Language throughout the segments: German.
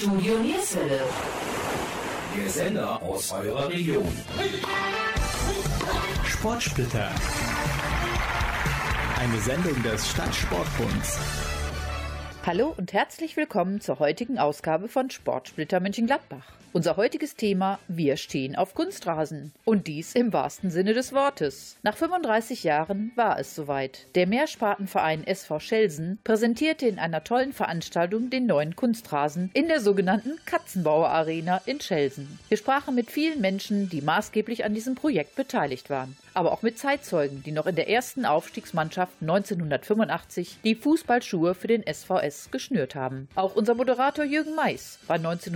Studio Nierswelle. Der Sender aus eurer Region. Sportsplitter. Eine Sendung des Stadtsportbunds. Hallo und herzlich willkommen zur heutigen Ausgabe von Sportsplitter Mönchengladbach. Unser heutiges Thema: Wir stehen auf Kunstrasen. Und dies im wahrsten Sinne des Wortes. Nach 35 Jahren war es soweit. Der Mehrspartenverein SV Schelsen präsentierte in einer tollen Veranstaltung den neuen Kunstrasen in der sogenannten Katzenbauer Arena in Schelsen. Wir sprachen mit vielen Menschen, die maßgeblich an diesem Projekt beteiligt waren. Aber auch mit Zeitzeugen, die noch in der ersten Aufstiegsmannschaft 1985 die Fußballschuhe für den SVS geschnürt haben. Auch unser Moderator Jürgen Mais war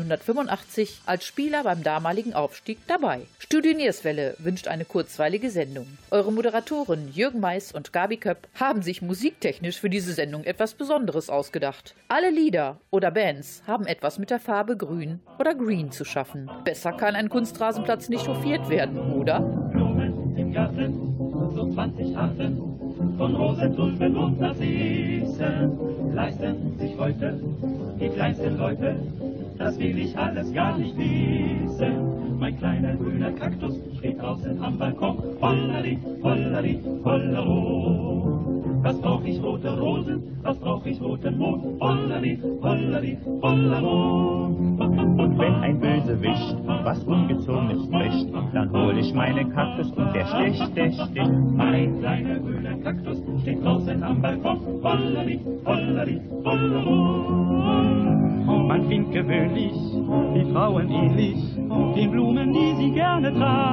1985 als Spieler beim damaligen Aufstieg dabei. Studio Nierswelle wünscht eine kurzweilige Sendung. Eure Moderatoren Jürgen Mais und Gabi Köpp haben sich musiktechnisch für diese Sendung etwas Besonderes ausgedacht. Alle Lieder oder Bands haben etwas mit der Farbe Grün oder Green zu schaffen. Besser kann ein Kunstrasenplatz nicht hofiert werden, oder? Blumen im Garten, so 20 Arten von Rosenblumen und Narzissen leisten sich heute die kleinsten Leute. Das will ich alles gar nicht wissen. Mein kleiner grüner Kaktus steht draußen am Balkon. Hollari, hollari, hollero. Was brauch ich rote Rosen, was brauch ich roten Mond? Hollari, hollari, hollero. Und wenn ein Bösewicht was Ungezogenes spricht, dann hol ich meinen Kaktus und der sticht, der sticht. Mein kleiner grüner Kaktus steht draußen am Balkon. Hollari, hollari, hollero. Man findet gewöhnlich die Frauen ähnlich den Blumen, die sie gerne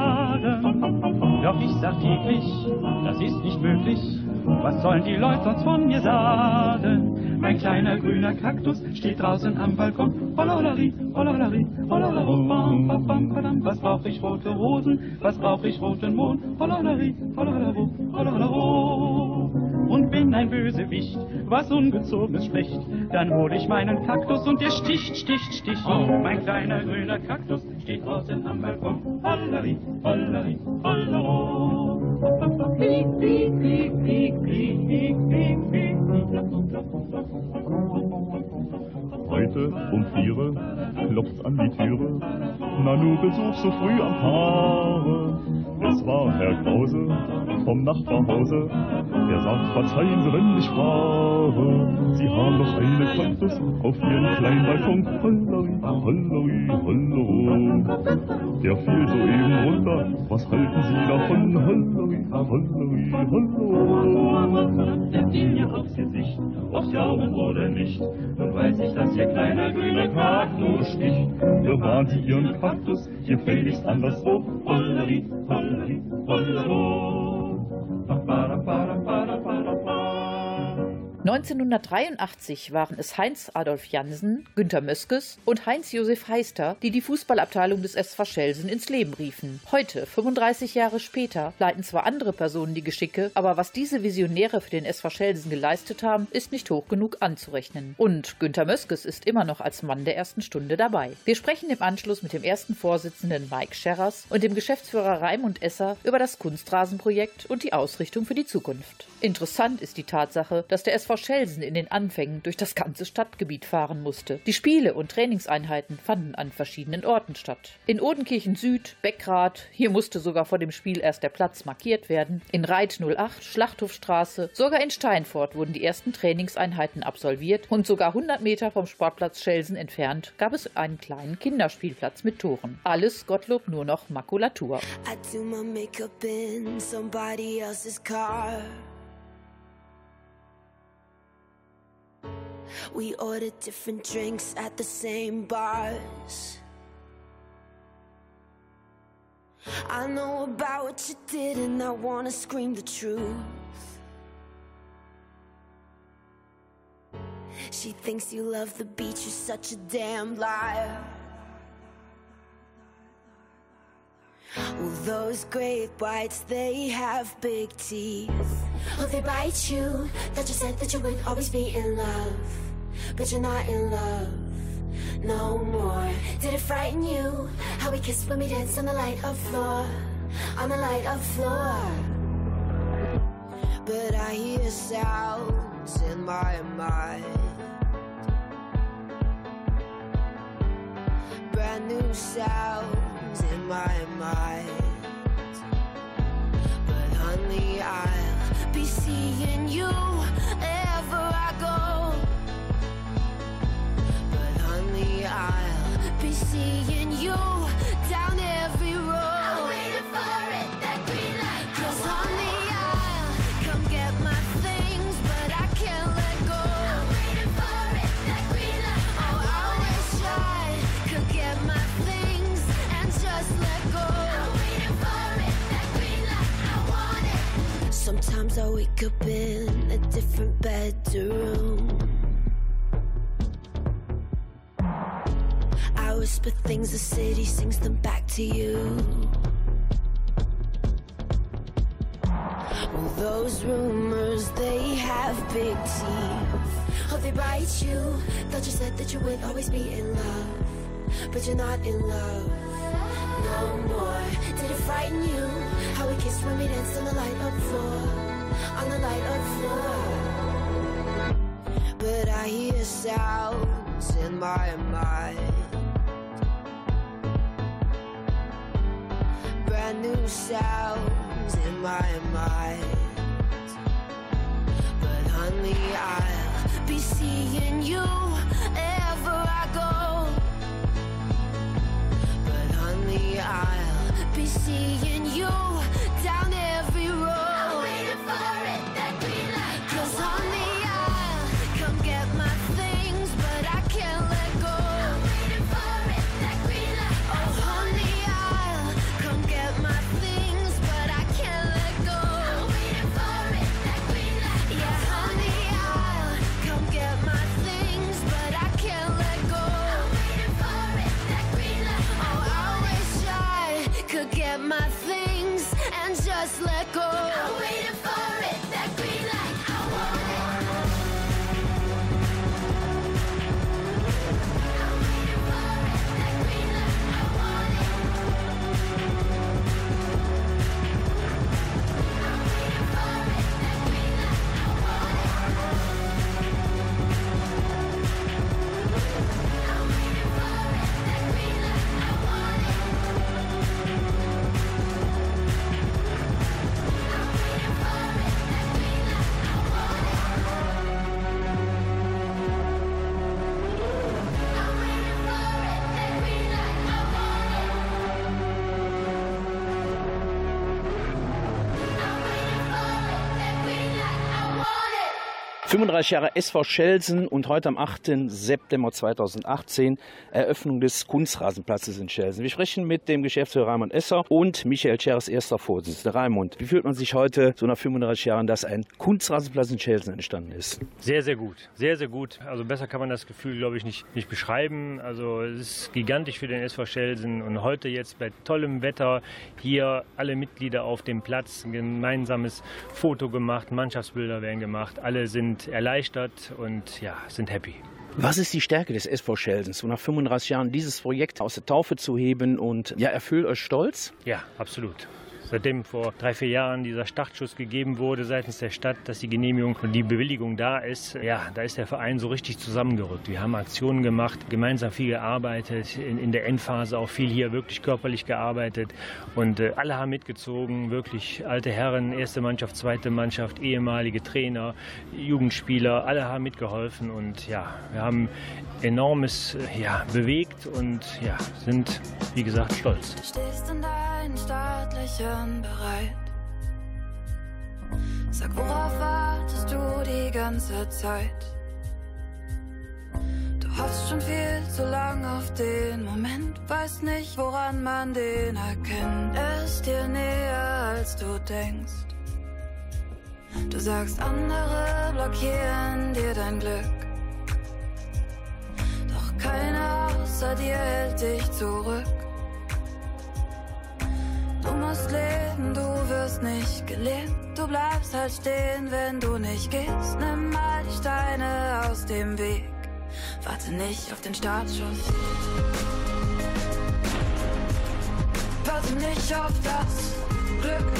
tragen. Doch ich sag täglich, das ist nicht möglich. Was sollen die Leute sonst von mir sagen? Mein kleiner grüner Kaktus steht draußen am Balkon. Hollolari, hollolari, hollolaro, bam, bam, bam, badam. Was brauch ich rote Rosen? Was brauch ich roten Mond? Hollolari, hollolaro, hollolaro. Und wenn ein Bösewicht was Ungezogenes spricht, dann hol ich meinen Kaktus und der sticht, sticht, sticht. Mein kleiner grüner Kaktus steht draußen am Balkon. Hollari, hollari, hollaro. Piek, piek, piek, piek, piek, piek, piek, piek. Heute um 4 klopft's an die Türe. Nanu Besuch so früh am Paare. Es war Herr Krause vom Nachbarhause. Der sagt, verzeihen Sie, wenn ich frage. Sie haben doch einen Kaktus auf Ihren kleinen Balkon. Hollari, hollari, hollero. Der fiel soeben runter. Was halten Sie davon? Hollari, hollari, hollero. Der fiel mir aufs Gesicht, aufs Augen oder nicht. Nun weiß ich, dass Ihr kleiner grüner Kaktus sticht. Bewahren Sie Ihren Kaktus gefälligst anderswo. Hollari, hollari, hollero. 1983 waren es Heinz Adolf Jansen, Günter Möskes und Heinz-Josef Heister, die die Fußballabteilung des SV Schelsen ins Leben riefen. Heute, 35 Jahre später, leiten zwar andere Personen die Geschicke, aber was diese Visionäre für den SV Schelsen geleistet haben, ist nicht hoch genug anzurechnen. Und Günter Möskes ist immer noch als Mann der ersten Stunde dabei. Wir sprechen im Anschluss mit dem ersten Vorsitzenden Mike Scherrers und dem Geschäftsführer Raimund Esser über das Kunstrasenprojekt und die Ausrichtung für die Zukunft. Interessant ist die Tatsache, dass der SV Schelsen in den Anfängen durch das ganze Stadtgebiet fahren musste. Die Spiele und Trainingseinheiten fanden an verschiedenen Orten statt. In Odenkirchen Süd, Beckrath, hier musste sogar vor dem Spiel erst der Platz markiert werden, in Reit 08, Schlachthofstraße, sogar in Steinfort wurden die ersten Trainingseinheiten absolviert und sogar 100 Meter vom Sportplatz Schelsen entfernt gab es einen kleinen Kinderspielplatz mit Toren. Alles Gottlob nur noch Makulatur. I do my makeup in somebody else's car. We ordered different drinks at the same bars. I know about what you did and I wanna scream the truth. She thinks you love the beach, you're such a damn liar. Well, those great whites, they have big teeth. Oh, they bite you. That you said that you would always be in love, but you're not in love no more. Did it frighten you how we kissed when we danced on the light of floor, on the light of floor? But I hear sounds in my mind. brand new sounds in my mind. But honey, I'll be seeing you wherever I go. But honey, I'll be seeing you down every road. I'm waiting for it, that green light. 'Cause honey, I'll come get my things, but I can't let go. I'm waiting for it, that green light. Oh, I wish I could get my things and just let go. I'm waiting for it, that green light. I want it. Sometimes I wake up in a different bedroom. I whisper things, the city sings them back to you. Well, those rumors, they have big teeth. Oh, they bite you. Thought you said that you would always be in love, but you're not in love no more. Did it frighten you how we kissed when we danced on the light up floor? On the light up floor. But I hear sounds in my mind. Brand new sounds in my mind. But honey, I'll be seeing you wherever I go. But honey, I'll be seeing you down every road. I'm waiting for it, that green light. 'Cause honey, I'll come get my things, but I can't let go. I'm waiting for it, that green light. Oh honey, I'll come get my things, but I can't let go. I'm waiting for it, that green light. Yeah, honey, I'll come get my things, but I can't let go. I'm waiting for it, that green light. Oh, I wish I could get my things and just let go. I'm waiting for it, that green light. I want it. I'm waiting for it, that green light. I want it. I'm waiting for it, that green light. I want it. I'm waiting for it, that green light. I want it. I'm waiting for it, that green light. I want it. 35 Jahre SV Schelsen und heute am 8. September 2018 Eröffnung des Kunstrasenplatzes in Schelsen. Wir sprechen mit dem Geschäftsführer Raimund Esser und Michael Scherres, erster Vorsitzender. Raimund, wie fühlt man sich heute, so nach 35 Jahren, dass ein Kunstrasenplatz in Schelsen entstanden ist? Sehr, sehr gut. Sehr, sehr gut. Also besser kann man das Gefühl, glaube ich, nicht beschreiben. Also es ist gigantisch für den SV Schelsen und heute jetzt bei tollem Wetter hier alle Mitglieder auf dem Platz, ein gemeinsames Foto gemacht, Mannschaftsbilder werden gemacht, alle sind erleichtert und ja, sind happy. Was ist die Stärke des SV Schelsen, so nach 35 Jahren dieses Projekt aus der Taufe zu heben und ja, erfüllt euch stolz? Ja, absolut. Seitdem vor 3-4 Jahren dieser Startschuss gegeben wurde seitens der Stadt, dass die Genehmigung und die Bewilligung da ist, ja, da ist der Verein so richtig zusammengerückt. Wir haben Aktionen gemacht, gemeinsam viel gearbeitet, in der Endphase auch viel hier wirklich körperlich gearbeitet und alle haben mitgezogen, wirklich alte Herren, erste Mannschaft, zweite Mannschaft, ehemalige Trainer, Jugendspieler, alle haben mitgeholfen und ja, wir haben enormes bewegt und ja, sind, wie gesagt, stolz. Stehst in deinen staatlichen bereit. Sag, worauf wartest du die ganze Zeit? Du hoffst schon viel zu lang auf den Moment, weißt nicht, woran man den erkennt. Er ist dir näher, als du denkst. Du sagst, andere blockieren dir dein Glück. Doch keiner außer dir hält dich zurück. Du musst leben, du wirst nicht gelebt. Du bleibst halt stehen, wenn du nicht gehst. Nimm mal die Steine aus dem Weg. Warte nicht auf den Startschuss. Warte nicht auf das Glück.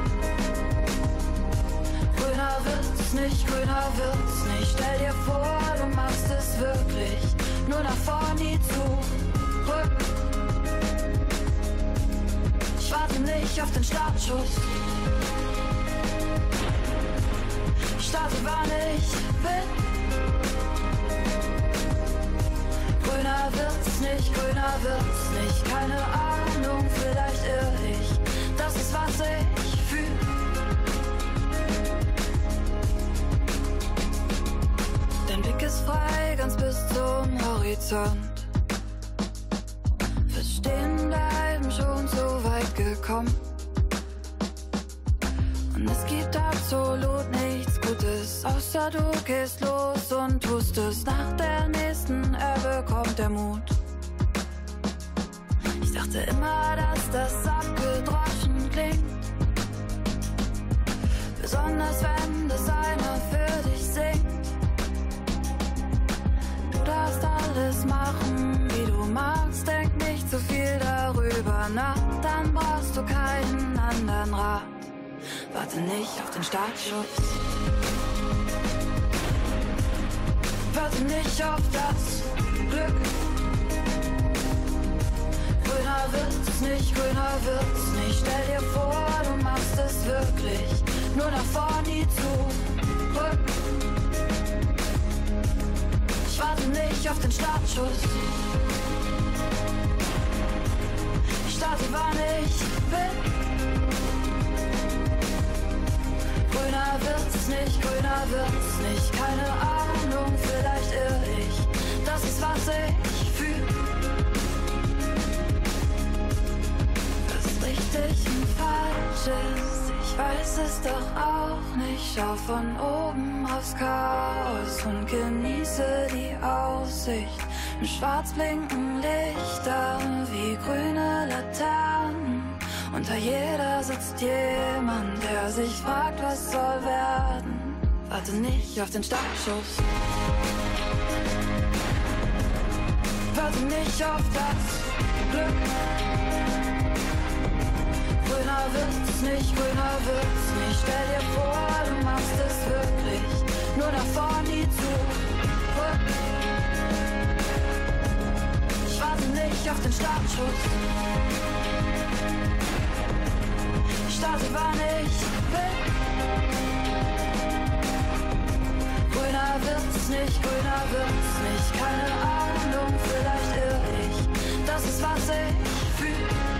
Grüner wird's nicht, grüner wird's nicht. Stell dir vor, du machst es wirklich. Nur nach vorn, nie zurück. Rück. Ich warte nicht auf den Startschuss. Ich starte, wann ich will. Grüner wird's nicht, grüner wird's nicht. Keine Ahnung, vielleicht irr ich. Das ist, was ich fühl. Dein Blick ist frei, ganz bis zum Horizont. Fürs Stehen bleiben schon so weit gekommen. Und es gibt absolut nichts Gutes, außer du gehst los und tust es. Nach der nächsten Ebbe kommt der Mut. Ich dachte immer, dass das abgedroschen klingt, besonders wenn das einer für dich singt. Du darfst alles machen, wie du magst, denk nicht zu viel darüber nach, dann brauchst du keinen anderen Rat. Warte nicht auf den Startschuss. Warte nicht auf das Glück. Grüner wird's nicht, grüner wird's nicht. Stell dir vor, du machst es wirklich. Nur nach vorn, nie zurück. Ich warte nicht auf den Startschuss. Ich starte, wann ich will. Grüner wird's nicht, grüner wird's nicht. Keine Ahnung, vielleicht irr ich. Das ist, was ich fühl. Was richtig und falsch ist, ich weiß es doch auch nicht. Schau von oben aufs Chaos und genieße die Aussicht. Im Schwarz blinken Lichter wie grüne Laternen. Unter jeder sitzt jemand, der sich fragt, was soll werden. Warte nicht auf den Startschuss. Warte nicht auf das Glück. Grüner wird's nicht, grüner wird's nicht. Stell dir vor, du machst es wirklich. Nur nach vorn, nie zurück. Ich warte nicht auf den Startschuss. Ich starte, wann ich will. Grüner wird's nicht, grüner wird's nicht. Keine Ahnung, vielleicht irr ich. Das ist, was ich fühl.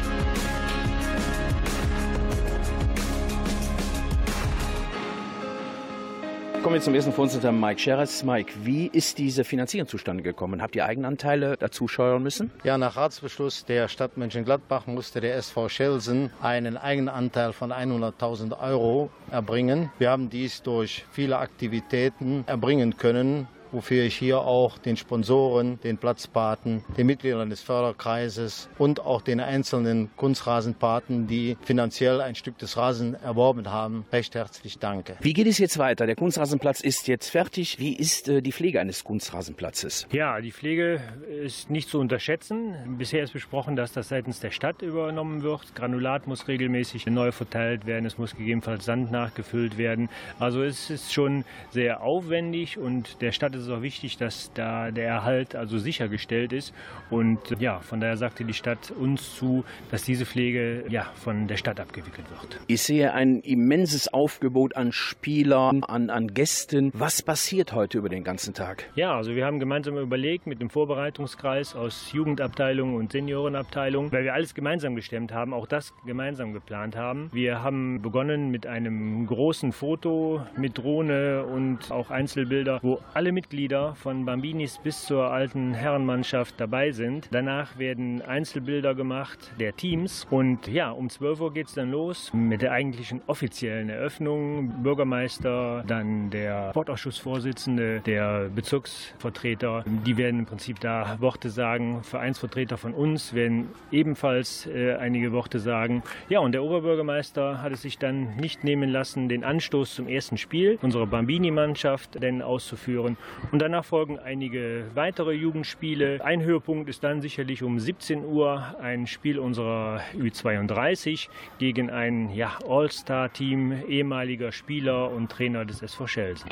Kommen wir zum ersten Vorsitzender Mike Scheres. Mike, wie ist diese Finanzierung zustande gekommen? Habt ihr Eigenanteile dazu steuern müssen? Ja, nach Ratsbeschluss der Stadt Mönchengladbach musste der SV Schelsen einen Eigenanteil von 100.000 € erbringen. Wir haben dies durch viele Aktivitäten erbringen können, wofür ich hier auch den Sponsoren, den Platzpaten, den Mitgliedern des Förderkreises und auch den einzelnen Kunstrasenpaten, die finanziell ein Stück des Rasen erworben haben, recht herzlich danke. Wie geht es jetzt weiter? Der Kunstrasenplatz ist jetzt fertig. Wie ist die Pflege eines Kunstrasenplatzes? Ja, die Pflege ist nicht zu unterschätzen. Bisher ist besprochen, dass das seitens der Stadt übernommen wird. Granulat muss regelmäßig neu verteilt werden. Es muss gegebenenfalls Sand nachgefüllt werden. Also es ist schon sehr aufwendig und der Stadt ist es auch wichtig, dass da der Erhalt also sichergestellt ist. Und ja, von daher sagte die Stadt uns zu, dass diese Pflege ja von der Stadt abgewickelt wird. Ich sehe ein immenses Aufgebot an Spielern, an Gästen. Was passiert heute über den ganzen Tag? Ja, also wir haben gemeinsam überlegt mit dem Vorbereitungskreis aus Jugendabteilung und Seniorenabteilung, weil wir alles gemeinsam gestemmt haben, auch das gemeinsam geplant haben. Wir haben begonnen mit einem großen Foto mit Drohne und auch Einzelbilder, wo alle Mitglieder von Bambinis bis zur alten Herrenmannschaft dabei sind. Danach werden Einzelbilder gemacht der Teams und ja, um 12 Uhr geht es dann los mit der eigentlichen offiziellen Eröffnung. Bürgermeister, dann der Sportausschussvorsitzende, der Bezirksvertreter, die werden im Prinzip da Worte sagen. Vereinsvertreter von uns werden ebenfalls einige Worte sagen. Ja, und der Oberbürgermeister hat es sich dann nicht nehmen lassen, den Anstoß zum ersten Spiel unserer Bambini-Mannschaft denn auszuführen. Und danach folgen einige weitere Jugendspiele. Ein Höhepunkt ist dann sicherlich um 17 Uhr ein Spiel unserer Ü32 gegen ein All-Star-Team ehemaliger Spieler und Trainer des SV Schelsen.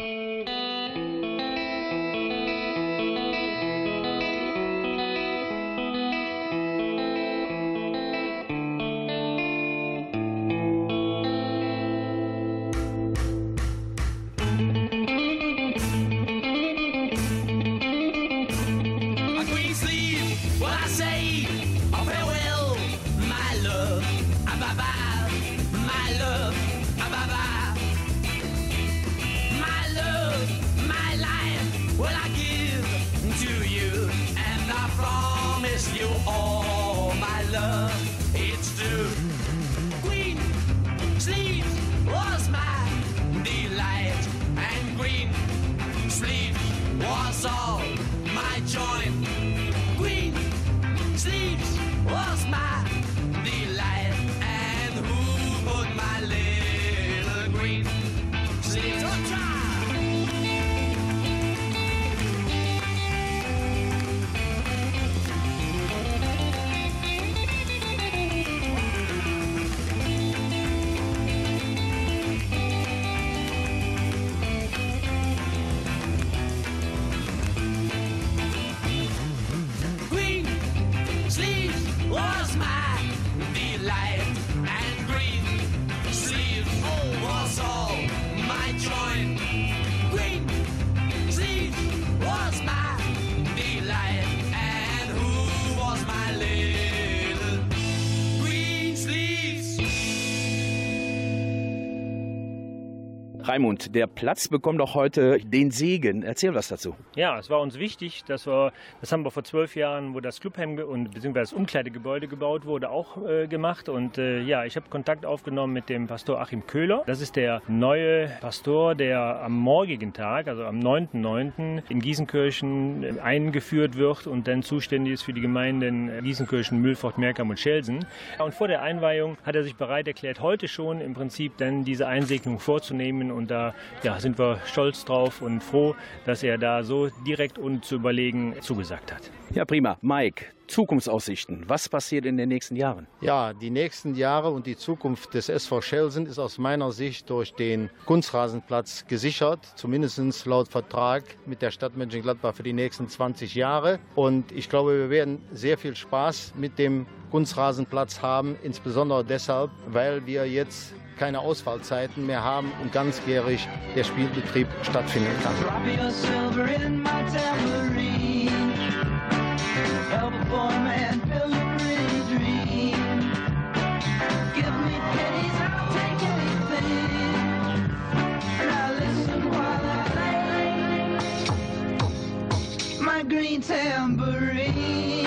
promise you all my love. It's true. Green sleeves was my delight, and green sleeves was all my joy. Green sleeves was my delight, and who put my little green sleeves on trial? Was my delight, and green sleeves was all my joy. Green sleeves was my delight, and who was my little green sleeves? Raimund, der Platz bekommt doch heute den Segen. Erzähl was dazu. Ja, es war uns wichtig, das haben wir vor 12 Jahren, wo das Clubheim und beziehungsweise das Umkleidegebäude gebaut wurde, auch gemacht. Und ich habe Kontakt aufgenommen mit dem Pastor Achim Köhler. Das ist der neue Pastor, der am morgigen Tag, also am 9.9. in Gießenkirchen eingeführt wird und dann zuständig ist für die Gemeinden Gießenkirchen, Mühlfort, Merkheim und Schelsen. Und vor der Einweihung hat er sich bereit erklärt, heute schon im Prinzip dann diese Einsegnung vorzunehmen. Und da sind wir stolz drauf und froh, dass er da so direkt und zu überlegen zugesagt hat. Ja, prima. Mike, Zukunftsaussichten. Was passiert in den nächsten Jahren? Ja, die nächsten Jahre und die Zukunft des SV Schelsen ist aus meiner Sicht durch den Kunstrasenplatz gesichert, zumindest laut Vertrag mit der Stadt Mönchengladbach für die nächsten 20 Jahre. Und ich glaube, wir werden sehr viel Spaß mit dem Kunstrasenplatz haben, insbesondere deshalb, weil wir jetzt keine Ausfallzeiten mehr haben und ganzjährig der Spielbetrieb stattfinden kann. Green tambourine.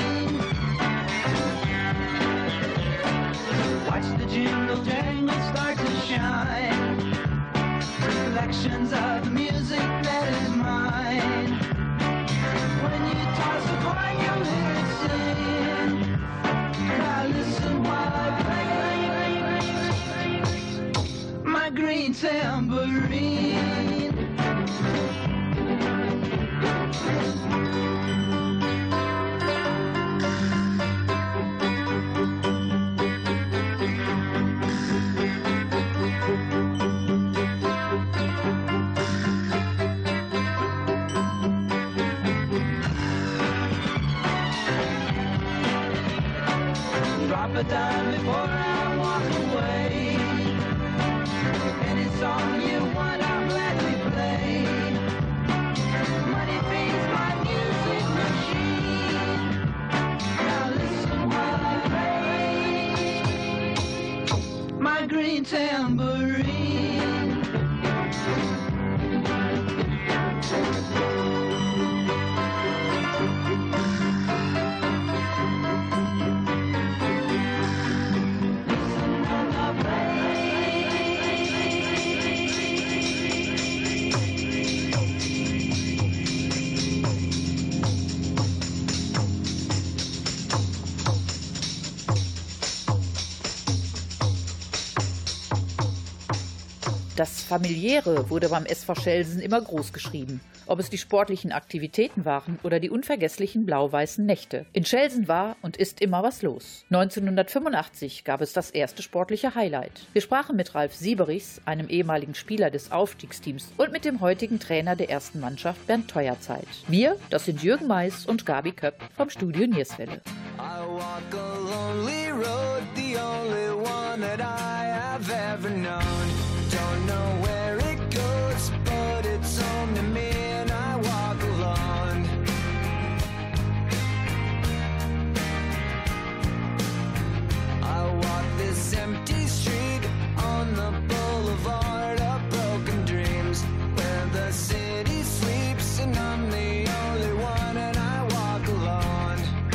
Watch the jingle jangle start to shine. Reflections of the music that is mine. When you toss a coin, you'll hear it sing. Now listen while I play my green tambourine. Drop a dime before I walk away. Any song you want, I'll gladly play. Money feeds my music machine. Now listen while I play my green tambourine. Das Familiäre wurde beim SV Schelsen immer groß geschrieben. Ob es die sportlichen Aktivitäten waren oder die unvergesslichen blau-weißen Nächte. In Schelsen war und ist immer was los. 1985 gab es das erste sportliche Highlight. Wir sprachen mit Ralf Sieberichs, einem ehemaligen Spieler des Aufstiegsteams, und mit dem heutigen Trainer der ersten Mannschaft, Bernd Teuerzeit. Wir, das sind Jürgen Mais und Gabi Köpp vom Studio Nierswelle. I walk a lonely road, the only one that I have ever known. Don't know where it goes, but it's home to me and I walk alone. I walk this empty street on the boulevard of broken dreams, where the city sleeps and I'm the only one and I walk alone.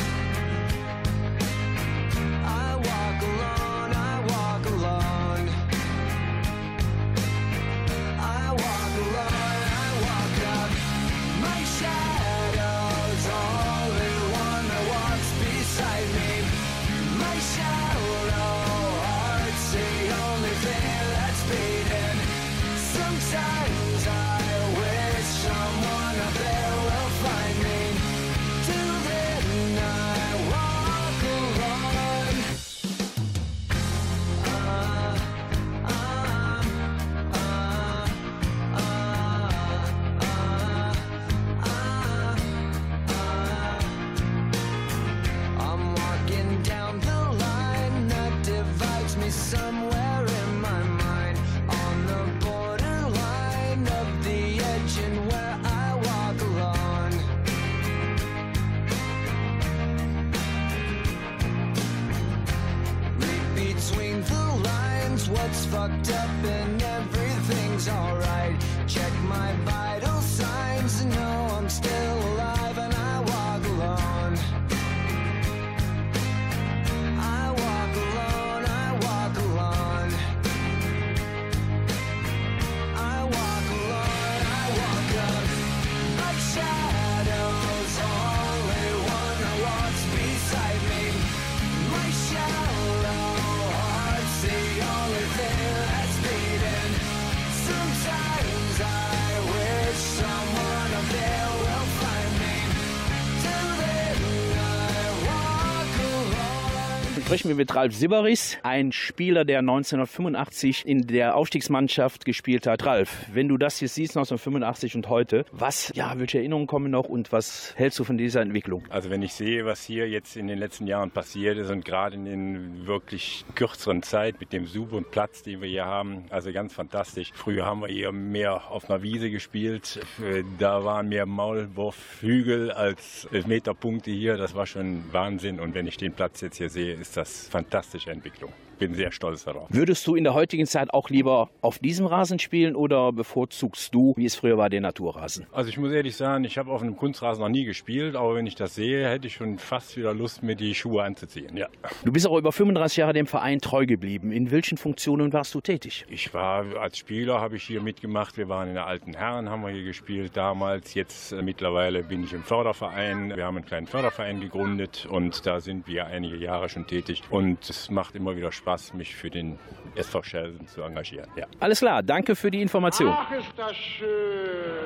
Sprechen wir mit Ralf Sibberis, ein Spieler, der 1985 in der Aufstiegsmannschaft gespielt hat. Ralf, wenn du das hier siehst, 1985 und heute, welche Erinnerungen kommen noch und was hältst du von dieser Entwicklung? Also wenn ich sehe, was hier jetzt in den letzten Jahren passiert ist und gerade in den wirklich kürzeren Zeit mit dem Sub und Platz, den wir hier haben, also ganz fantastisch. Früher haben wir hier mehr auf einer Wiese gespielt, da waren mehr Maulwurfhügel als Elfmeterpunkte hier, das war schon Wahnsinn und wenn ich den Platz jetzt hier sehe, ist das fantastische Entwicklung. Bin sehr stolz darauf. Würdest du in der heutigen Zeit auch lieber auf diesem Rasen spielen oder bevorzugst du, wie es früher war, den Naturrasen? Also ich muss ehrlich sagen, ich habe auf einem Kunstrasen noch nie gespielt, aber wenn ich das sehe, hätte ich schon fast wieder Lust, mir die Schuhe anzuziehen. Ja. Du bist auch über 35 Jahre dem Verein treu geblieben. In welchen Funktionen warst du tätig? Ich war als Spieler, habe ich hier mitgemacht. Wir waren in der Alten Herren, haben wir hier gespielt damals. Jetzt mittlerweile bin ich im Förderverein. Wir haben einen kleinen Förderverein gegründet und da sind wir einige Jahre schon tätig. Und es macht immer wieder Spaß, mich für den SV Schelsen zu engagieren. Ja. Alles klar, danke für die Information. Ach, ist das schön.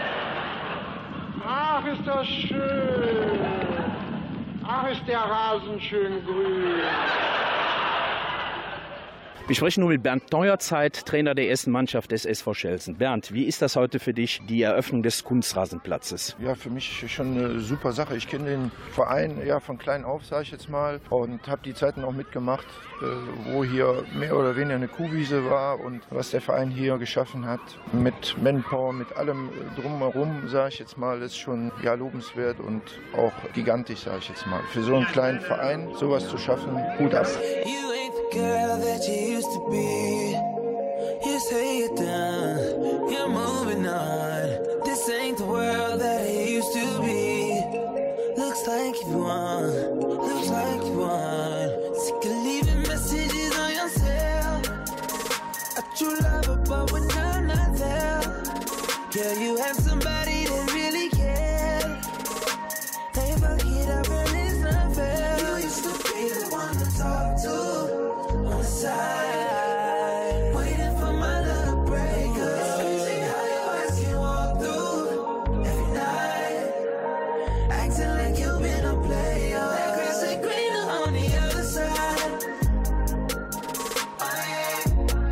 Ach, ist das schön. Ach, ist der Rasen schön grün. Wir sprechen nun mit Bernd Neuerzeit, Trainer der ersten Mannschaft des SV Schelsen. Bernd, wie ist das heute für dich, die Eröffnung des Kunstrasenplatzes? Ja, für mich schon eine super Sache. Ich kenne den Verein von klein auf, sage ich jetzt mal, und habe die Zeiten auch mitgemacht, wo hier mehr oder weniger eine Kuhwiese war und was der Verein hier geschaffen hat mit Manpower, mit allem drumherum, sage ich jetzt mal, ist schon lobenswert und auch gigantisch, sage ich jetzt mal. Für so einen kleinen Verein sowas zu schaffen, Hut ab. Girl that you used to be, you say you're done, you're moving on. This ain't the world that it used to be. Looks like you won, looks like you won. Sick of leaving messages on yourself. A true lover, but when I'm not there, girl, you have somebody that really cared. They fuck it up and it's not fair. You used to be the one to talk to. Side, waiting for my love to break up. See how your eyes can walk through every night, acting like you've been a player. That grass ain't greener on the other side. Oh yeah,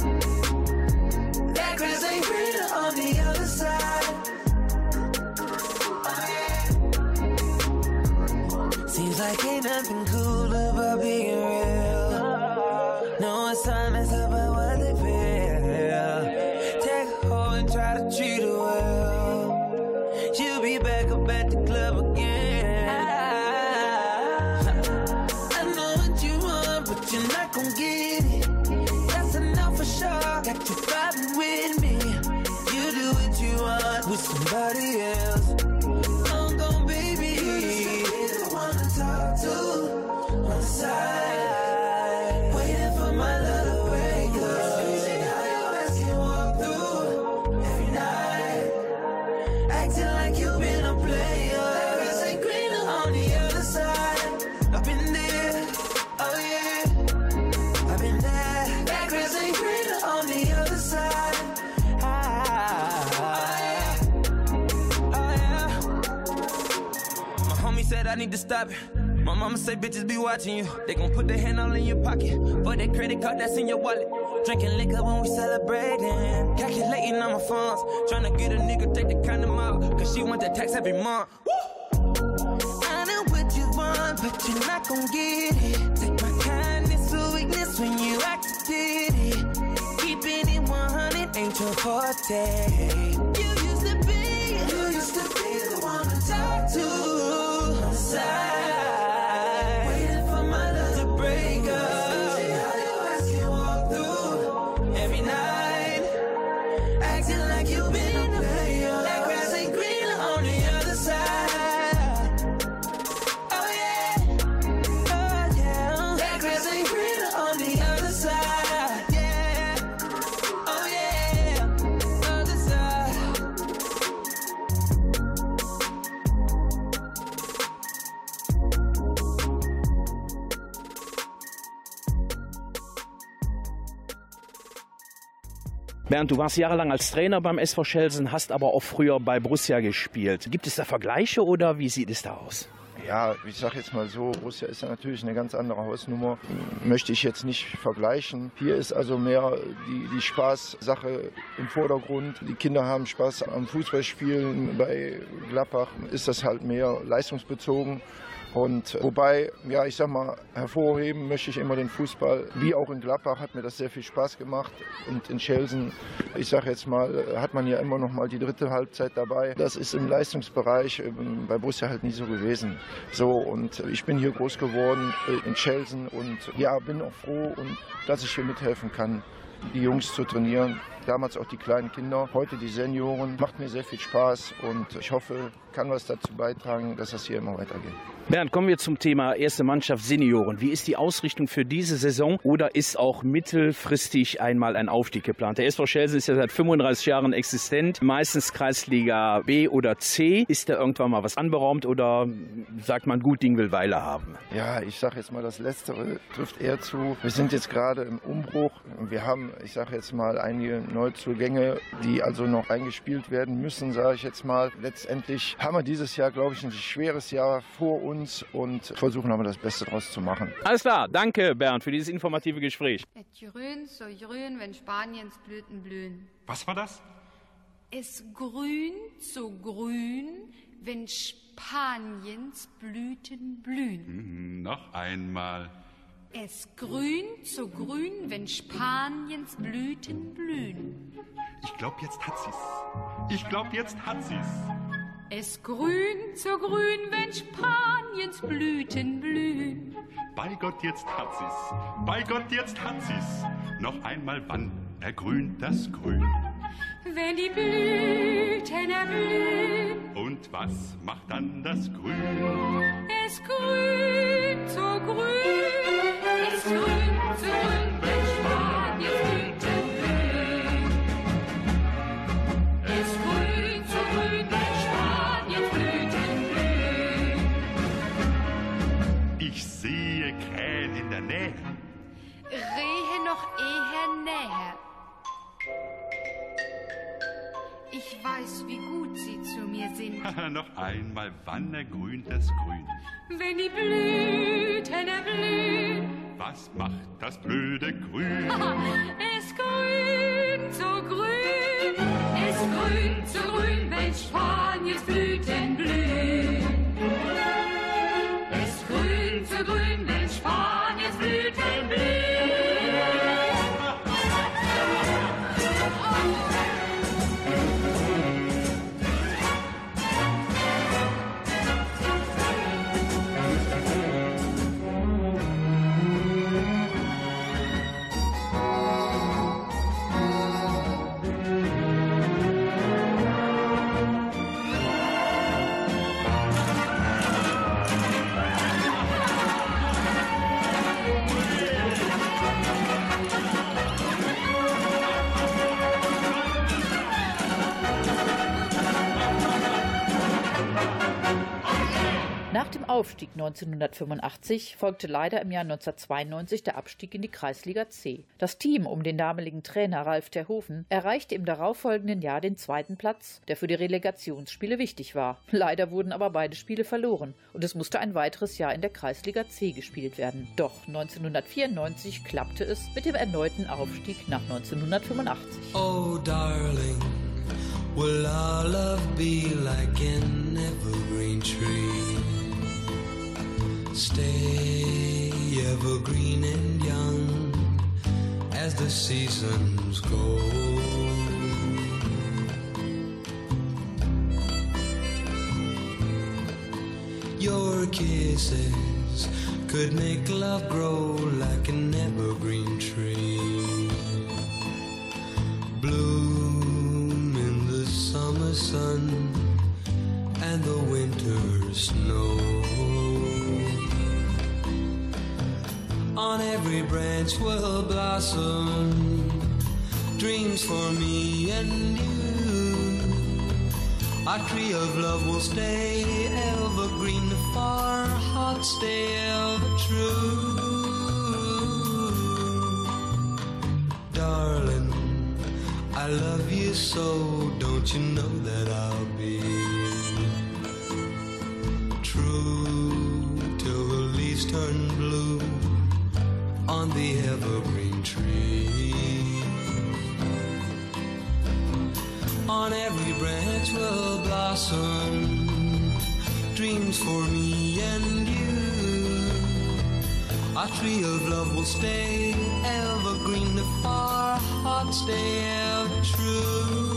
that grass ain't greener on the other side. Oh yeah, seems like ain't nothing cool about being real. No assignments about what they feel. Take a hoe and try to treat her well. She'll be back up at the club again. I know what you want, but you're not gon' get it. That's enough for sure. Got you vibing with me. You do what you want with somebody else. I'm gon' baby. You be the one to talk to on the side. I need to stop it. My mama say bitches be watching you. They gon' put their hand all in your pocket for that credit card that's in your wallet. Drinking liquor when we celebrating. Calculating on my funds. Tryna get a nigga take the condom out, cause she want that tax every month. Woo! I know what you want, but you're not gon' get it. Take my kindness for weakness when you acted it. Keeping it 100 ain't your forte. You used to be the one to talk to. Side, waiting for my love to break up. See how your eyes can walk through every night, acting like you've been a player. That grass ain't greener on the other side. Oh yeah, oh yeah. That grass ain't greener on the other side. Yeah, oh yeah, other side. Bernd, du warst jahrelang als Trainer beim SV Schelsen, hast aber auch früher bei Borussia gespielt. Gibt es da Vergleiche oder wie sieht es da aus? Ja, ich sage jetzt mal so, Borussia ist ja natürlich eine ganz andere Hausnummer. Möchte ich jetzt nicht vergleichen. Hier ist also mehr die Spaßsache im Vordergrund. Die Kinder haben Spaß am Fußballspielen. Bei Gladbach ist das halt mehr leistungsbezogen. Und wobei, ja, ich sag mal, hervorheben möchte ich immer den Fußball. Wie auch in Gladbach hat mir das sehr viel Spaß gemacht. Und in Schelsen, ich sag jetzt mal, hat man ja immer noch mal die dritte Halbzeit dabei. Das ist im Leistungsbereich bei Borussia halt nie so gewesen. So, und ich bin hier groß geworden in Schelsen und ja, bin auch froh, dass ich hier mithelfen kann, die Jungs zu trainieren. Damals auch die kleinen Kinder, heute die Senioren. Macht mir sehr viel Spaß und ich hoffe, kann was dazu beitragen, dass das hier immer weitergeht. Bernd, kommen wir zum Thema erste Mannschaft Senioren. Wie ist die Ausrichtung für diese Saison oder ist auch mittelfristig einmal ein Aufstieg geplant? Der SV Schelsen ist ja seit 35 Jahren existent, meistens Kreisliga B oder C. Ist da irgendwann mal was anberaumt oder sagt man, gut Ding will Weile haben? Ja, ich sage jetzt mal, das Letztere trifft eher zu. Wir sind jetzt gerade im Umbruch. Wir haben, ich sage jetzt mal, einige Neuzugänge, die also noch eingespielt werden müssen, sage ich jetzt mal. Letztendlich haben wir dieses Jahr, glaube ich, ein schweres Jahr vor uns und versuchen aber das Beste draus zu machen. Alles klar, danke Bernd für dieses informative Gespräch. Es grün so grün, wenn Spaniens Blüten blühen. Was war das? Es grün so grün, wenn Spaniens Blüten blühen. Noch einmal. Es grünt so grün, wenn Spaniens Blüten blühen. Ich glaub, jetzt hat sie's. Es grünt so grün, wenn Spaniens Blüten blühen. Bei Gott, jetzt hat sie's. Noch einmal, wann ergrünt das Grün? Wenn die Blüten erblühen. Und was macht dann das Grün? Es grünt so grün. Es grünt so grün, wenn Spaniens Blüten blühen. Es grünt so grün, wenn Spaniens Blüten blühen. Ich sehe Krähen in der Nähe. Rehe noch eher näher. Ich weiß, wie gut sie zu mir sind. Noch einmal, wann ergrünt das Grün? Wenn die Blüten erblühen. Was macht das blöde Grün? Es grünt so grün. Es grünt so grün, wenn Spaniens Blüten blühen. Es grünt so grün, wenn Spaniens Blüten blühen. Nach dem Aufstieg 1985 folgte leider im Jahr 1992 der Abstieg in die Kreisliga C. Das Team um den damaligen Trainer Ralf Terhoven erreichte im darauffolgenden Jahr den zweiten Platz, der für die Relegationsspiele wichtig war. Leider wurden aber beide Spiele verloren und es musste ein weiteres Jahr in der Kreisliga C gespielt werden. Doch 1994 klappte es mit dem erneuten Aufstieg nach 1985. Oh darling, will our love be like an evergreen tree? Stay evergreen and young as the seasons go. Your kisses could make love grow like an evergreen tree. Bloom in the summer sun and the winter snow. On every branch will blossom dreams for me and you. Our tree of love will stay evergreen, for our hearts stay ever true. Darling, I love you so, don't you know that I'll be true? the evergreen tree. On every branch will blossom dreams for me and you. Our tree of love will stay evergreen if our hearts stay ever true.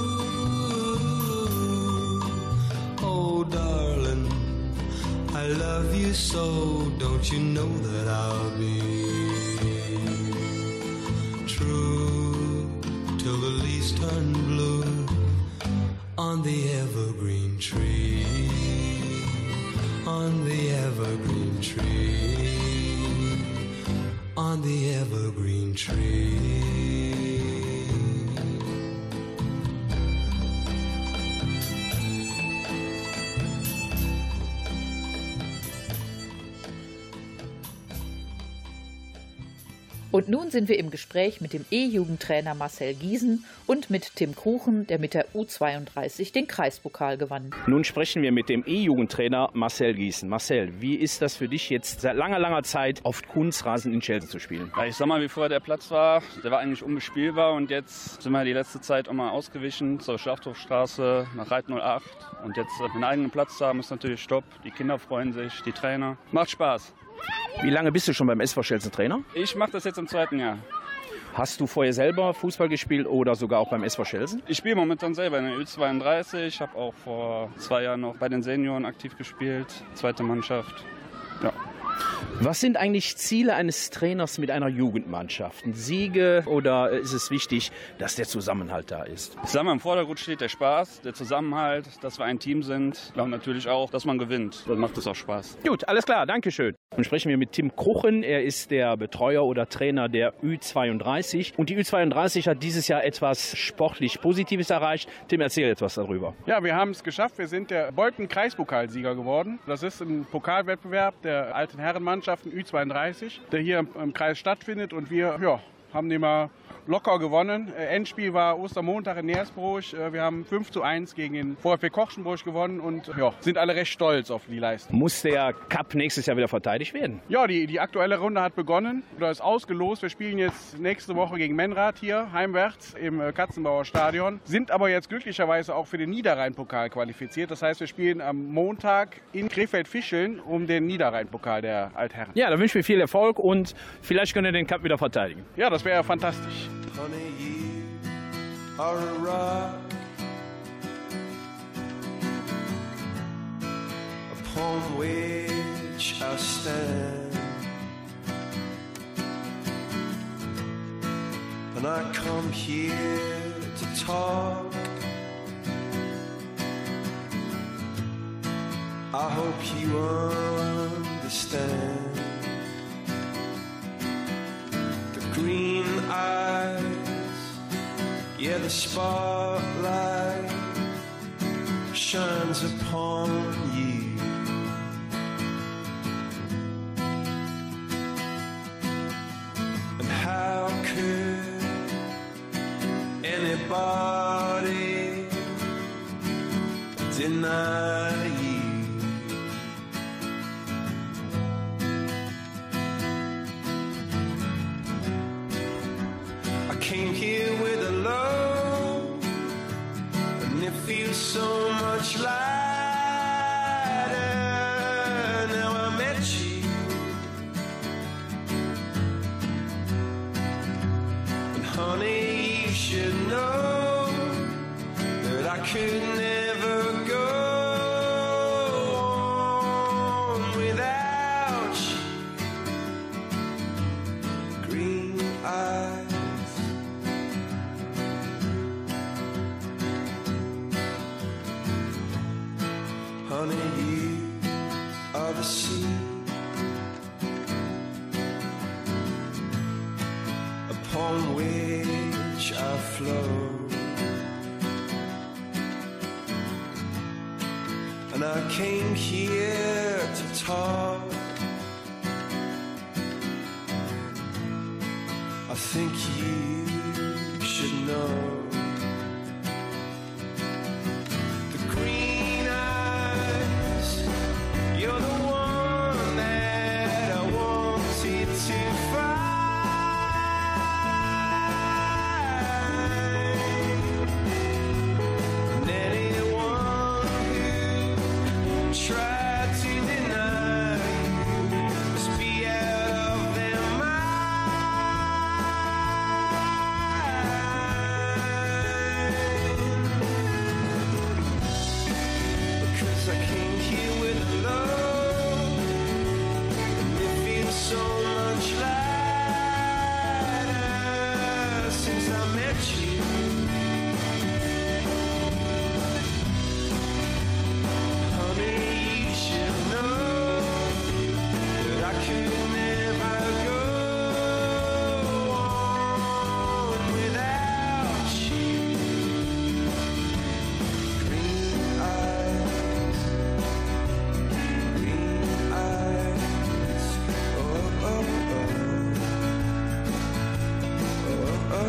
Oh, darling, I love you so, don't you know that I'll be true till the leaves turn blue on the evergreen tree, on the evergreen tree, on the evergreen tree. Und nun sind wir im Gespräch mit dem E-Jugendtrainer Marcel Giesen und mit Tim Kruchen, der mit der U32 den Kreispokal gewann. Nun sprechen wir mit dem E-Jugendtrainer Marcel Giesen. Marcel, wie ist das für dich jetzt seit langer Zeit auf Kunstrasen in Schelsen zu spielen? Ja, ich sag mal, wie vorher der Platz war, der war eigentlich unbespielbar und jetzt sind wir die letzte Zeit auch mal ausgewichen zur Schlachthofstraße nach Reit 08 und jetzt einen eigenen Platz zu haben ist natürlich top. Die Kinder freuen sich, die Trainer. Macht Spaß. Wie lange bist du schon beim SV Schelsen Trainer? Ich mache das jetzt im 2. Jahr. Hast du vorher selber Fußball gespielt oder sogar auch beim SV Schelsen? Ich spiele momentan selber in der U32. Ich habe auch vor 2 Jahren noch bei den Senioren aktiv gespielt, 2. Mannschaft. Ja. Was sind eigentlich Ziele eines Trainers mit einer Jugendmannschaft? Siege oder ist es wichtig, dass der Zusammenhalt da ist? Ich sage mal, im Vordergrund steht der Spaß, der Zusammenhalt, dass wir ein Team sind. Und natürlich auch, dass man gewinnt. Dann macht es auch Spaß. Gut, alles klar, danke schön. Nun sprechen wir mit Tim Kruchen. Er ist der Betreuer oder Trainer der U32. Und die U32 hat dieses Jahr etwas sportlich Positives erreicht. Tim, erzähl etwas darüber. Ja, wir haben es geschafft. Wir sind der Beuten-Kreispokalsieger geworden. Das ist ein Pokalwettbewerb der alten Herrenmannschaften U32, der hier im Kreis stattfindet. Und wir haben den mal locker gewonnen. Endspiel war Ostermontag in Nersbruch. Wir haben 5:1 gegen den VfB Kochschenbruch gewonnen und sind alle recht stolz auf die Leistung. Muss der Cup nächstes Jahr wieder verteidigt werden? Ja, die aktuelle Runde hat begonnen oder ist ausgelost. Wir spielen jetzt nächste Woche gegen Menrad hier heimwärts im Katzenbauer Stadion, sind aber jetzt glücklicherweise auch für den Niederrhein-Pokal qualifiziert. Das heißt, wir spielen am Montag in Krefeld-Fischeln um den Niederrhein-Pokal der Altherren. Ja, da wünschen wir viel Erfolg und vielleicht können wir den Cup wieder verteidigen. Ja, das wäre fantastisch. Honey, you are a rock upon which I stand, and I come here to talk. I hope you understand. The green eyes, yeah, the spotlight shines upon you. And how could anybody deny you? I came here with a love, and it feels so much lighter now I met you. And honey, you should know that I could never go on without you. Green eyes, honey, you are the sea upon which I flow, and I came here to talk. I think you should know. You're the one that I wanted to find. 'cause I came here with love, and it feels so much lighter since I met you. Honey, you should know that I could never go on without you. Green eyes, oh, oh, oh, oh, oh, oh.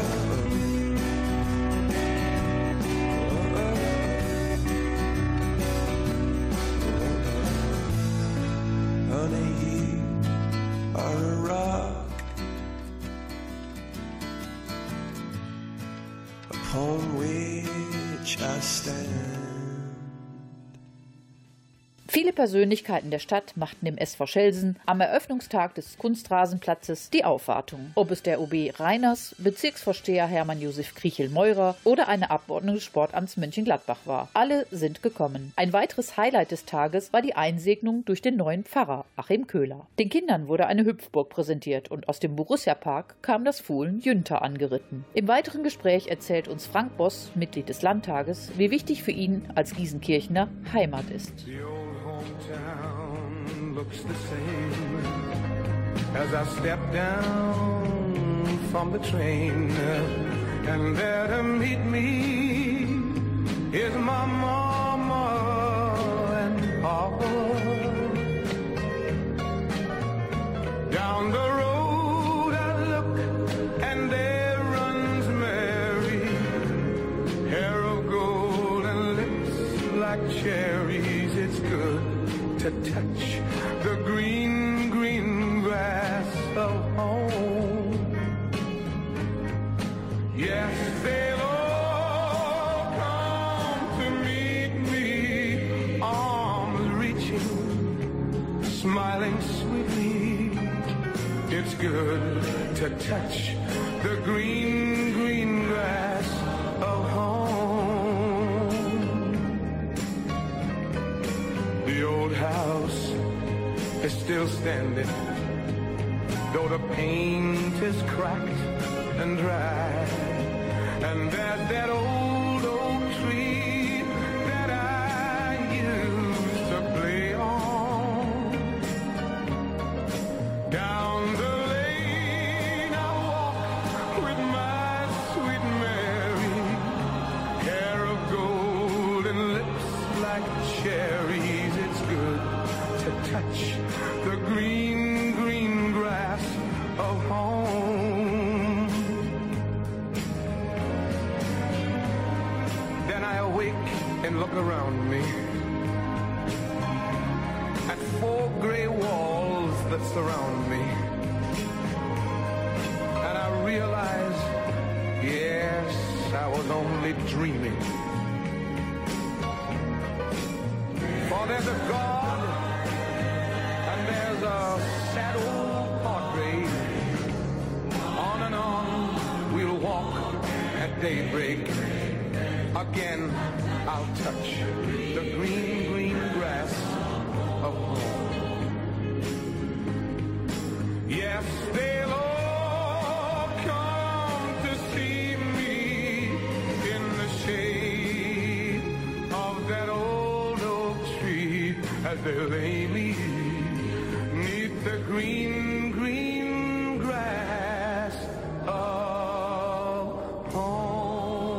Honey, you are a rock upon which I stand. Viele Persönlichkeiten der Stadt machten dem SV Schelsen am Eröffnungstag des Kunstrasenplatzes die Aufwartung. Ob es der OB Reiners, Bezirksvorsteher Hermann Josef Kriechel-Meurer oder eine Abordnung des Sportamts Mönchengladbach war. Alle sind gekommen. Ein weiteres Highlight des Tages war die Einsegnung durch den neuen Pfarrer Achim Köhler. Den Kindern wurde eine Hüpfburg präsentiert und aus dem Borussia-Park kam das Fohlen Jünter angeritten. Im weiteren Gespräch erzählt uns Frank Boss, Mitglied des Landtages, wie wichtig für ihn als Gießenkirchener Heimat ist. Hometown looks the same as I step down from the train, and there to meet me is my mama and papa. Down the road I look and there runs Mary, hair of gold and lips like cherries. It's good to touch the green, green grass of home. Yes, they'll all come to meet me, arms reaching, smiling sweetly. It's good to touch the green, green grass of home. The old house is still standing, though the paint is cracked and dry. And there's that old oak tree that I used to play on. Down the lane I walk with my sweet Mary, hair of gold and lips like cherries. It's good to touch the green, green grass of home. Then I awake and look around me at four gray walls that surround me, and I realize, yes, I was only dreaming. For there's a God and there's a sad old portrait. On and on we'll walk at daybreak. Again I'll touch the green, green grass of home. Yes, they'll all come to see me in the shade of that old oak tree as they lay me neath the green, green grass of home.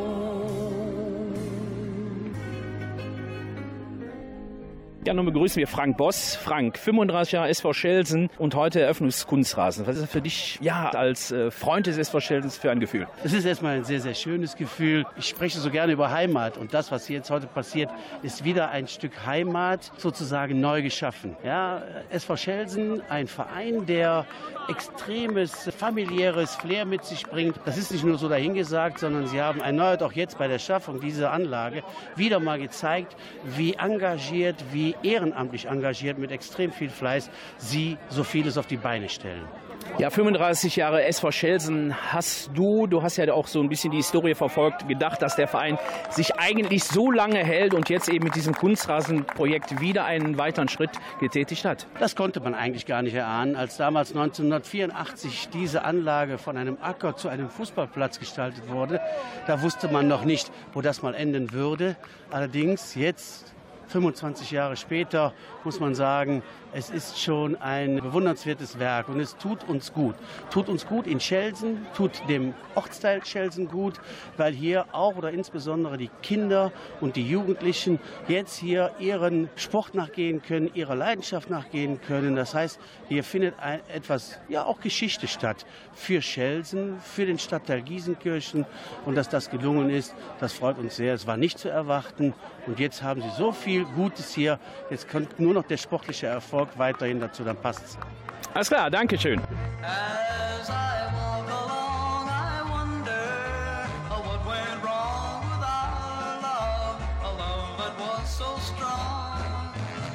Ja, nun begrüßen wir Frank Boss. Frank, 35 Jahre SV Schelsen und heute Eröffnungskunstrasen. Was ist das für dich, ja, als Freund des SV Schelsens für ein Gefühl? Es ist erstmal ein sehr, sehr schönes Gefühl. Ich spreche so gerne über Heimat und das, was hier jetzt heute passiert, ist wieder ein Stück Heimat sozusagen neu geschaffen. Ja, SV Schelsen, ein Verein, der extremes familiäres Flair mit sich bringt. Das ist nicht nur so dahingesagt, sondern sie haben erneut auch jetzt bei der Schaffung dieser Anlage wieder mal gezeigt, wie engagiert, wie ehrenamtlich engagiert, mit extrem viel Fleiß sie so vieles auf die Beine stellen. Ja, 35 Jahre SV Schelsen hast du hast ja auch so ein bisschen die Historie verfolgt, gedacht, dass der Verein sich eigentlich so lange hält und jetzt eben mit diesem Kunstrasenprojekt wieder einen weiteren Schritt getätigt hat? Das konnte man eigentlich gar nicht erahnen, als damals 1984 diese Anlage von einem Acker zu einem Fußballplatz gestaltet wurde. Da wusste man noch nicht, wo das mal enden würde. Allerdings jetzt, 25 Jahre später, muss man sagen, es ist schon ein bewundernswertes Werk und es tut uns gut. Tut uns gut in Schelsen, tut dem Ortsteil Schelsen gut, weil hier auch oder insbesondere die Kinder und die Jugendlichen jetzt hier ihren Sport nachgehen können, ihrer Leidenschaft nachgehen können. Das heißt, hier findet etwas, ja auch Geschichte statt für Schelsen, für den Stadtteil Giesenkirchen, und dass das gelungen ist, das freut uns sehr. Es war nicht zu erwarten und jetzt haben sie so viel Gutes hier. Jetzt kommt nur noch der sportliche Erfolg weiterhin dazu, dann passt's. Alles klar, danke schön. As I walk along, I wonder what went wrong with our love, a love that was so strong.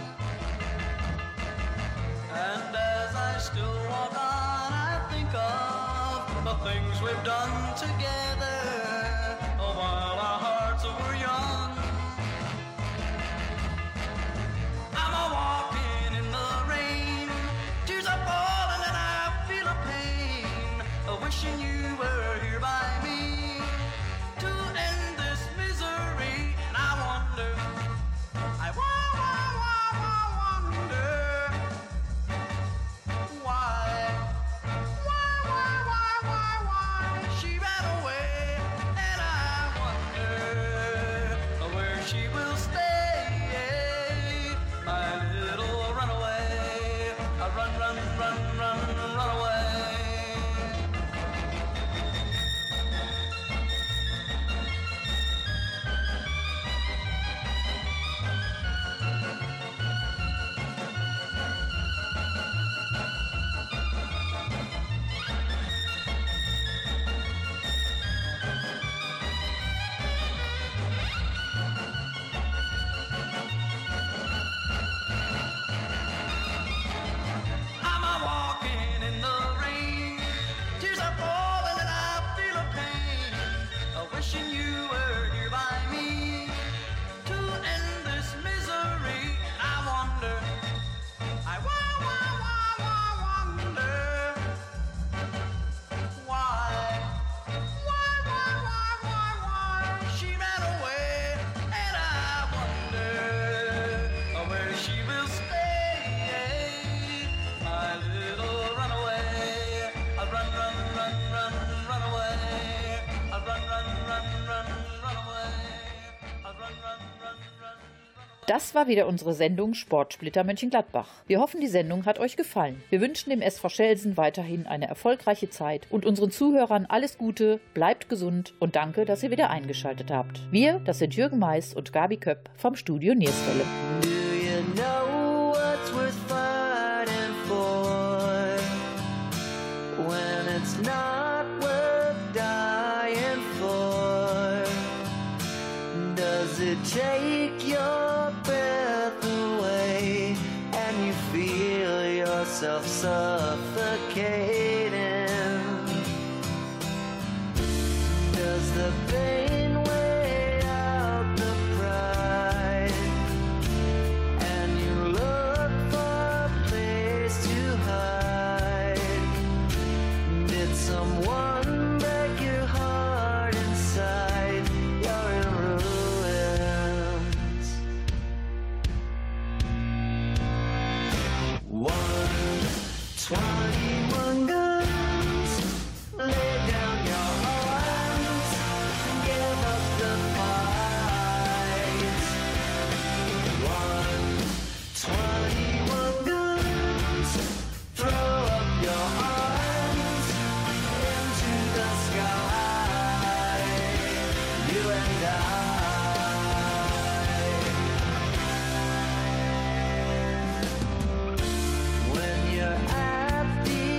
And as I still walk on, I think of the things we've done together while our hearts were young. I'm a walking in the rain, tears are falling and I feel a pain, wishing you were here by me to end this misery. And I wonder, I wonder why she ran away, and I wonder where she will stay, my little runaway. Run, run, run, run, run away. I'm a walking in the rain, tears are falling and I feel a pain, wishing you were here by me to end this misery. I wonder, I wonder why she ran away, and I wonder where she will stay, my little runaway. Run, run, run, run, run away. Run, run, run, run, run away. Run, run, run, run. Das war wieder unsere Sendung Sportsplitter Mönchengladbach. Wir hoffen, die Sendung hat euch gefallen. Wir wünschen dem SV Schelsen weiterhin eine erfolgreiche Zeit und unseren Zuhörern alles Gute, bleibt gesund und danke, dass ihr wieder eingeschaltet habt. Wir, das sind Jürgen Mais und Gabi Köpp vom Studio Nierswelle. Do you know what's worth fighting for when it's not worth dying for? Does it take your breath away and you feel yourself suffocating? Does the pain weigh out the pride and you look for a place to hide? Did someone break your heart inside? You're in ruins. 121 guns, lay down your arms, give up the fight. 121 guns, throw up your arms into the sky. You and I. When you're at the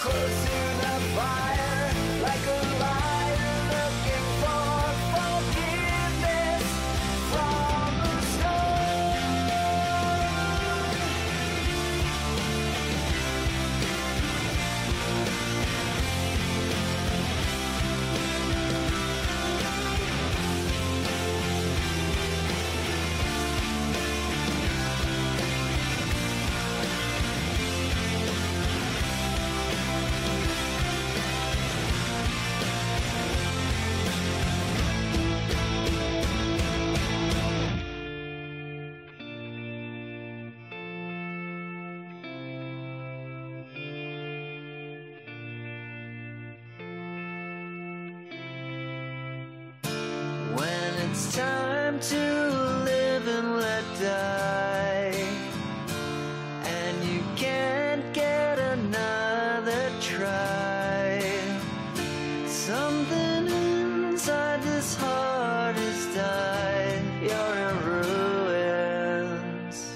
close to the fire, like a liar looking for forgiveness from the storm. When it's time to live and let die, and you can't get another try, something inside this heart has died. You're in ruins.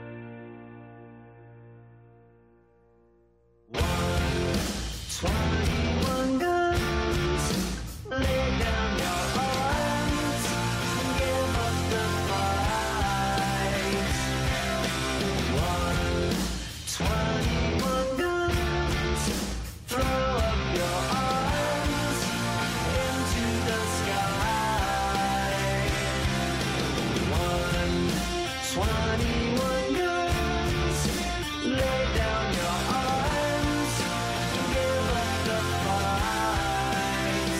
121 guns, lay down your arms, give up the fight. 121 guns, throw up your arms into the sky. 121 guns, lay down your arms, give up the fight.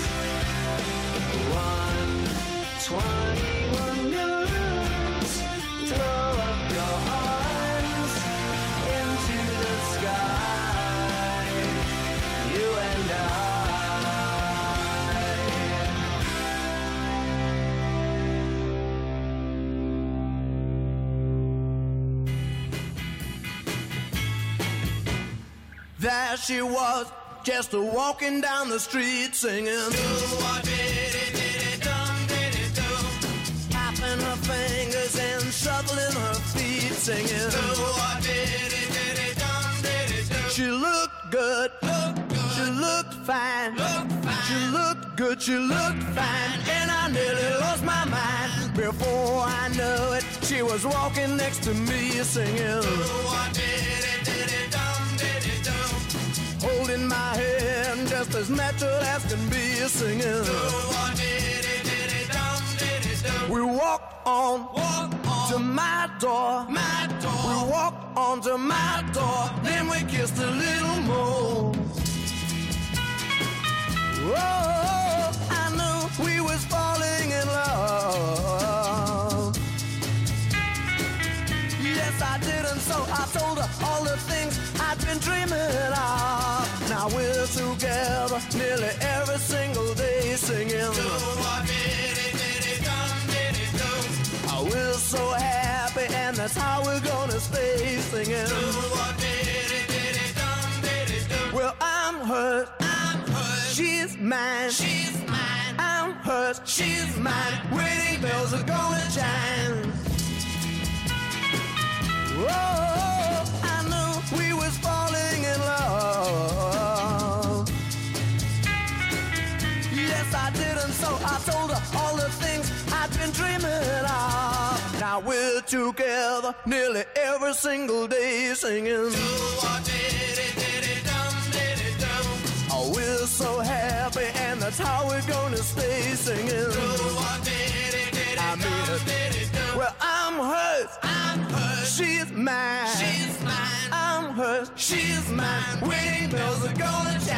121 guns, throw up your arms into the sky. You and I. There she was, just walking down the street singing. Tapping her fingers and shuffling her feet singing. She looked good, she looked fine, she looked good, she looked fine, and I nearly lost my mind. Before I knew it, she was walking next to me singing. Holding my hand just as natural as can be singing. We walked on to my door. We walked on to my door. Then we kissed a little more. Oh, I knew we was falling in love. Yes, I did, and so I told her all the things I'd been dreaming of. Now we're together nearly every single day singing. Oh, we're so happy, and that's how we're gonna stay singing. Well, I'm hers, she's mine, I'm hers, she's mine. Wedding bells are gonna chime. Oh, I knew we was falling in love. Yes, I did, and so I told her all the things I'd been dreaming of. Now we're together nearly every single day singing. Oh, we're so happy, and that's how we're gonna stay singing. I mean it. Well, I'm hers, she's mine, I'm hers, she's mine. Wedding bells are gonna chime.